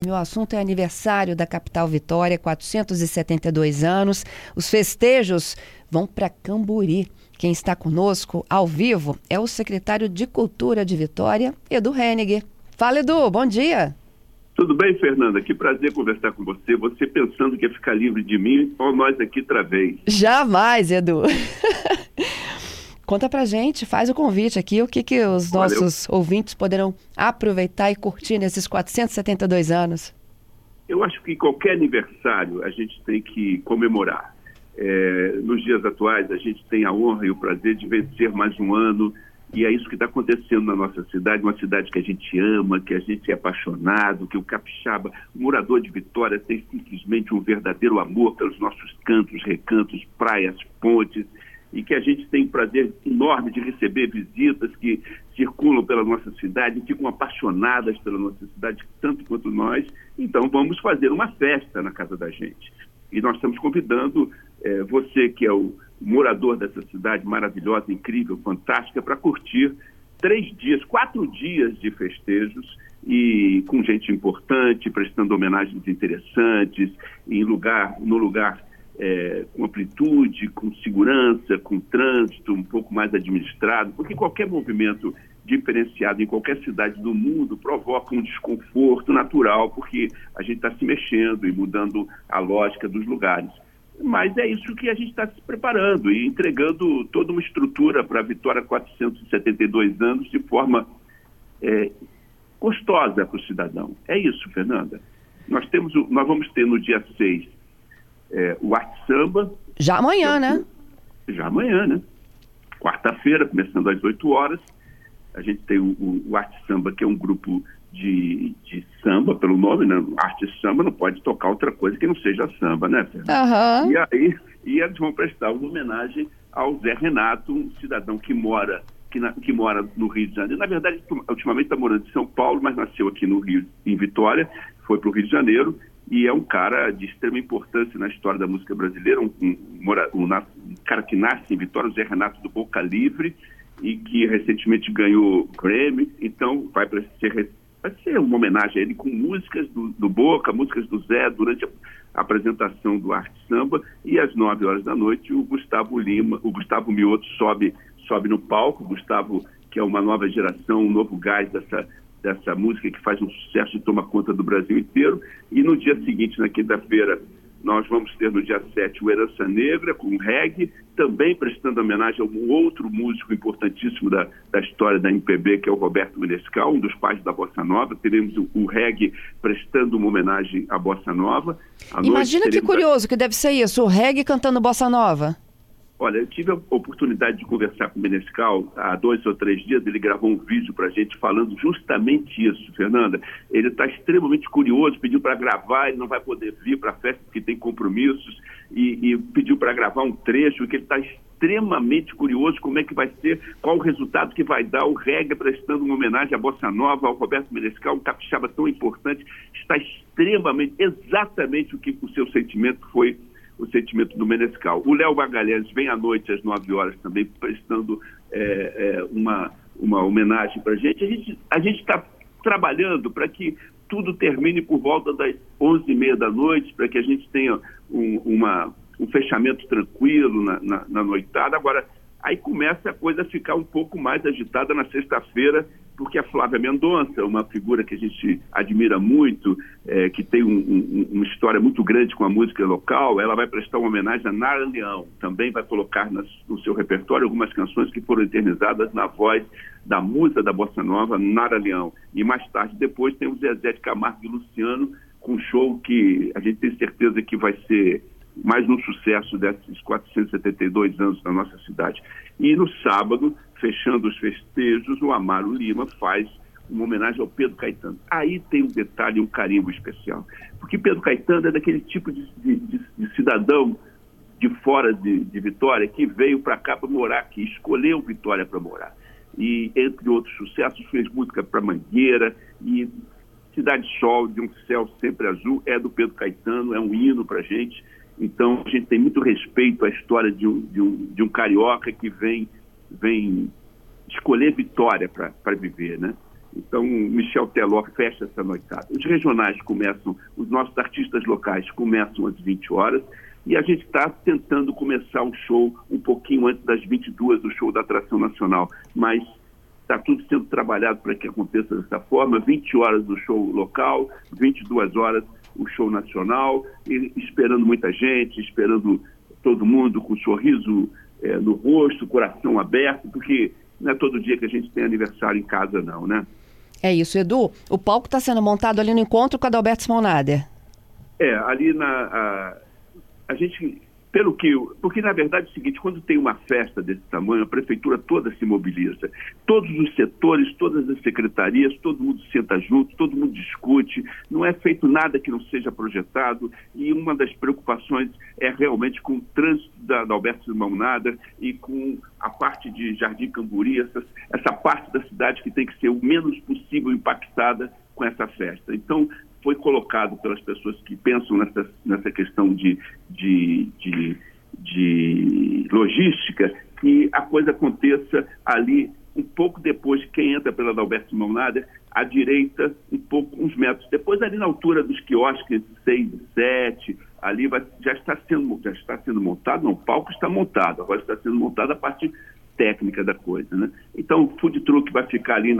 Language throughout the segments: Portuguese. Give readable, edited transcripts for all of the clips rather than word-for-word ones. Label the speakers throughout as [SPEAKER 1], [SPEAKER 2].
[SPEAKER 1] Meu assunto é aniversário da capital Vitória, 472 anos. Os festejos vão para Camburi. Quem está conosco ao vivo é o secretário de Cultura de Vitória, Edu Hennig. Fala, Edu, bom dia.
[SPEAKER 2] Tudo bem, Fernanda? Que prazer conversar com você. Você pensando que ia ficar livre de mim, ou nós aqui outra vez.
[SPEAKER 1] Jamais, Edu. Conta pra gente, faz o convite aqui, o que os nossos ouvintes poderão aproveitar e curtir nesses 472 anos.
[SPEAKER 2] Eu acho que qualquer aniversário a gente tem que comemorar. Nos dias atuais, a gente tem a honra e o prazer de vencer mais um ano, e é isso que está acontecendo na nossa cidade, uma cidade que a gente ama, que a gente é apaixonado, que o capixaba, o morador de Vitória, tem simplesmente um verdadeiro amor pelos nossos cantos, recantos, praias, pontes, e que a gente tem um prazer enorme de receber visitas que circulam pela nossa cidade, ficam apaixonadas pela nossa cidade, tanto quanto nós. Então vamos fazer uma festa na casa da gente. E nós estamos convidando você, que é o morador dessa cidade maravilhosa, incrível, fantástica, para curtir 4 dias de festejos e com gente importante, prestando homenagens interessantes, no lugar com amplitude, com segurança, com trânsito um pouco mais administrado, porque qualquer movimento diferenciado em qualquer cidade do mundo provoca um desconforto natural, porque a gente está se mexendo e mudando a lógica dos lugares. Mas é isso que a gente está se preparando e entregando toda uma estrutura para a Vitória 472 anos de forma gostosa para o cidadão. É isso, Fernanda. Nós vamos ter no dia 6 o Arte Samba.
[SPEAKER 1] Já amanhã, né?
[SPEAKER 2] Já amanhã, né? Quarta-feira, começando às 8 horas. A gente tem o Arte Samba, que é um grupo de samba, pelo nome, né? Arte Samba não pode tocar outra coisa que não seja samba, né, Fernanda?
[SPEAKER 1] Uhum.
[SPEAKER 2] E eles vão prestar uma homenagem ao Zé Renato, um cidadão que mora no Rio de Janeiro. Na verdade, ultimamente está morando em São Paulo, mas nasceu aqui no Rio, em Vitória, foi para o Rio de Janeiro, e é um cara de extrema importância na história da música brasileira, um cara que nasce em Vitória, o Zé Renato do Boca Livre, e que recentemente ganhou Grammy. Então vai ser uma homenagem a ele com músicas do Boca, músicas do Zé, durante a apresentação do Arte Samba, e às 9 horas da noite o Gustavo Mioto sobe no palco. O Gustavo, que é uma nova geração, um novo gás dessa música que faz um sucesso e toma conta do Brasil inteiro. E no dia seguinte, na quinta-feira, nós vamos ter no dia 7 o Herança Negra, com reggae, também prestando homenagem a um outro músico importantíssimo da história da MPB, que é o Roberto Menescal, um dos pais da Bossa Nova. Teremos o reggae prestando uma homenagem à Bossa Nova.
[SPEAKER 1] Imagina que curioso que deve ser isso, o reggae cantando Bossa Nova.
[SPEAKER 2] Olha, eu tive a oportunidade de conversar com o Menescal há 2 ou 3 dias. Ele gravou um vídeo para a gente falando justamente isso, Fernanda. Ele está extremamente curioso, pediu para gravar, ele não vai poder vir para a festa porque tem compromissos, e pediu para gravar um trecho, que ele está extremamente curioso como é que vai ser, qual o resultado que vai dar o reggae prestando uma homenagem à Bossa Nova, ao Roberto Menescal, um capixaba tão importante. Está exatamente o que o seu sentimento foi, o sentimento do Menescal. O Léo Magalhães vem à noite às 9 horas também prestando uma homenagem para a gente. A gente está trabalhando para que tudo termine por volta das 11h30 da noite, para que a gente tenha um fechamento tranquilo na noitada. Agora, aí começa a coisa a ficar um pouco mais agitada na sexta-feira, porque a Flávia Mendonça, uma figura que a gente admira muito, que tem uma história muito grande com a música local, ela vai prestar uma homenagem a Nara Leão. Também vai colocar no seu repertório algumas canções que foram eternizadas na voz da musa da Bossa Nova, Nara Leão. E mais tarde, depois, tem o Zezé de Camargo e Luciano, com um show que a gente tem certeza que vai ser mais um sucesso desses 472 anos na nossa cidade. E no sábado, fechando os festejos, o Amaro Lima faz uma homenagem ao Pedro Caetano. Aí tem um detalhe, um carimbo especial. Porque Pedro Caetano é daquele tipo de cidadão de fora de Vitória que veio para cá para morar aqui, escolheu Vitória para morar. E, entre outros sucessos, fez música para Mangueira e Cidade Sol, de um céu sempre azul, é do Pedro Caetano, é um hino para a gente. Então, a gente tem muito respeito à história de um carioca que vem escolher Vitória para viver, né? Então, Michel Teló fecha essa noitada. Os regionais começam, os nossos artistas locais começam às 20 horas e a gente está tentando começar o show um pouquinho antes das 22, o show da Atração Nacional, mas está tudo sendo trabalhado para que aconteça dessa forma, 20 horas do show local, 22 horas o show nacional, e esperando muita gente, esperando todo mundo com um sorriso no rosto, coração aberto, porque não é todo dia que a gente tem aniversário em casa não, né?
[SPEAKER 1] É isso, Edu. O palco está sendo montado ali no encontro com a Adalberto Smalnader.
[SPEAKER 2] Ali a gente, porque na verdade é o seguinte, quando tem uma festa desse tamanho, a prefeitura toda se mobiliza. Todos os setores, todas as secretarias, todo mundo senta junto, todo mundo discute, não é feito nada que não seja projetado, e uma das preocupações é realmente com o trânsito da Adalberto Smalnader e com a parte de Jardim Camburi, essa parte da cidade que tem que ser o menos possível impactada com essa festa. Então, foi colocado pelas pessoas que pensam nessa questão de logística, que a coisa aconteça ali um pouco depois de quem entra pela Adalberto Smalnader, à direita, uns metros depois, ali na altura dos quiosques 6 e 7, ali já está sendo montado, não, o palco está montado, agora está sendo montada a parte técnica da coisa, né? Então o food truck vai ficar ali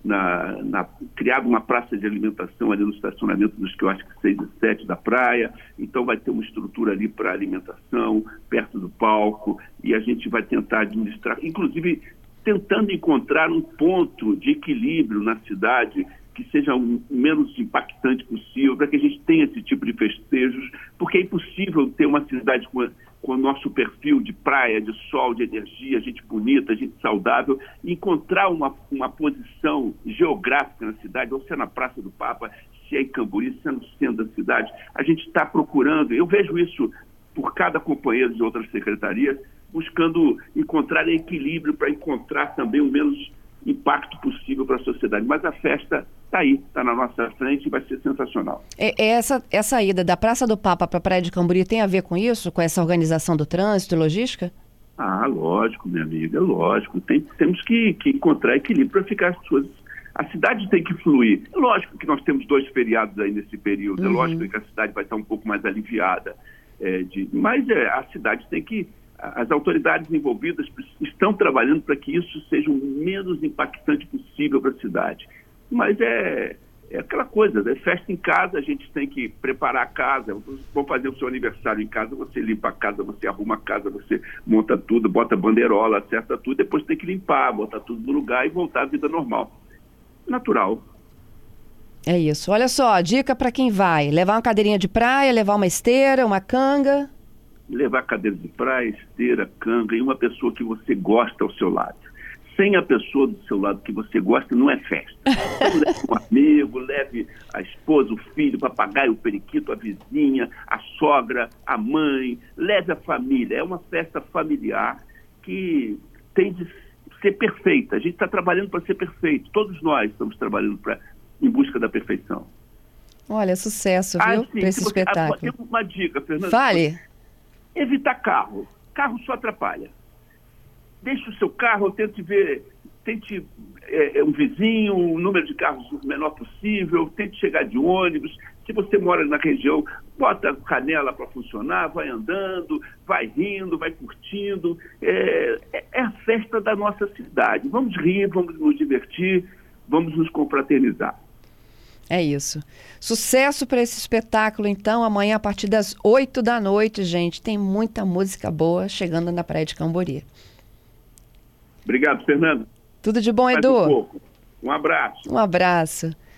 [SPEAKER 2] criado uma praça de alimentação ali no estacionamento dos quiosques 6 e 7 da praia, então vai ter uma estrutura ali para alimentação, perto do palco, e a gente vai tentar administrar, inclusive tentando encontrar um ponto de equilíbrio na cidade que seja o menos impactante possível, para que a gente tenha esse tipo de festejos, porque é impossível ter uma cidade com o nosso perfil de praia, de sol, de energia, gente bonita, gente saudável, e encontrar uma posição geográfica na cidade, ou se é na Praça do Papa, se é em Camburi, se é no centro da cidade. A gente está procurando, eu vejo isso por cada companheiro de outras secretarias, buscando encontrar equilíbrio para encontrar também o menos impacto possível para a sociedade. Mas a festa está aí, está na nossa frente e vai ser sensacional.
[SPEAKER 1] Essa ida da Praça do Papa para a Praia de Camburi tem a ver com isso? Com essa organização do trânsito e logística?
[SPEAKER 2] Lógico, minha amiga, lógico. Temos que encontrar equilíbrio para ficar as coisas. A cidade tem que fluir. É lógico que nós temos 2 feriados aí nesse período. É lógico que a cidade vai estar um pouco mais aliviada. Mas a cidade tem que... As autoridades envolvidas estão trabalhando para que isso seja o menos impactante possível para a cidade. Mas é aquela coisa, festa em casa, a gente tem que preparar a casa. Vou fazer o seu aniversário em casa, você limpa a casa, você arruma a casa, você monta tudo, bota banderola, acerta tudo, depois tem que limpar, botar tudo no lugar e voltar à vida normal. Natural.
[SPEAKER 1] É isso. Olha só, dica para quem vai. Levar uma cadeirinha de praia, levar uma esteira, uma canga...
[SPEAKER 2] Levar cadeira de praia, esteira, canga e uma pessoa que você gosta ao seu lado. Sem a pessoa do seu lado que você gosta, não é festa. Então, leve um amigo, leve a esposa, o filho, o papagaio, o periquito, a vizinha, a sogra, a mãe, leve a família. É uma festa familiar que tem de ser perfeita. A gente está trabalhando para ser perfeito. Todos nós estamos trabalhando em busca da perfeição.
[SPEAKER 1] Olha, sucesso, viu, para esse espetáculo.
[SPEAKER 2] Tem uma dica, Fernanda.
[SPEAKER 1] Fale.
[SPEAKER 2] Evitar carro. Carro só atrapalha. Deixe o seu carro, tente um vizinho, o número de carros o menor possível, tente chegar de ônibus. Se você mora na região, bota a canela para funcionar, vai andando, vai rindo, vai curtindo. É a festa da nossa cidade. Vamos rir, vamos nos divertir, vamos nos confraternizar.
[SPEAKER 1] É isso. Sucesso para esse espetáculo, então, amanhã a partir das 8 da noite, gente. Tem muita música boa chegando na Praia de Camburi.
[SPEAKER 2] Obrigado, Fernando.
[SPEAKER 1] Tudo de bom, Edu.
[SPEAKER 2] Um abraço.
[SPEAKER 1] Um abraço.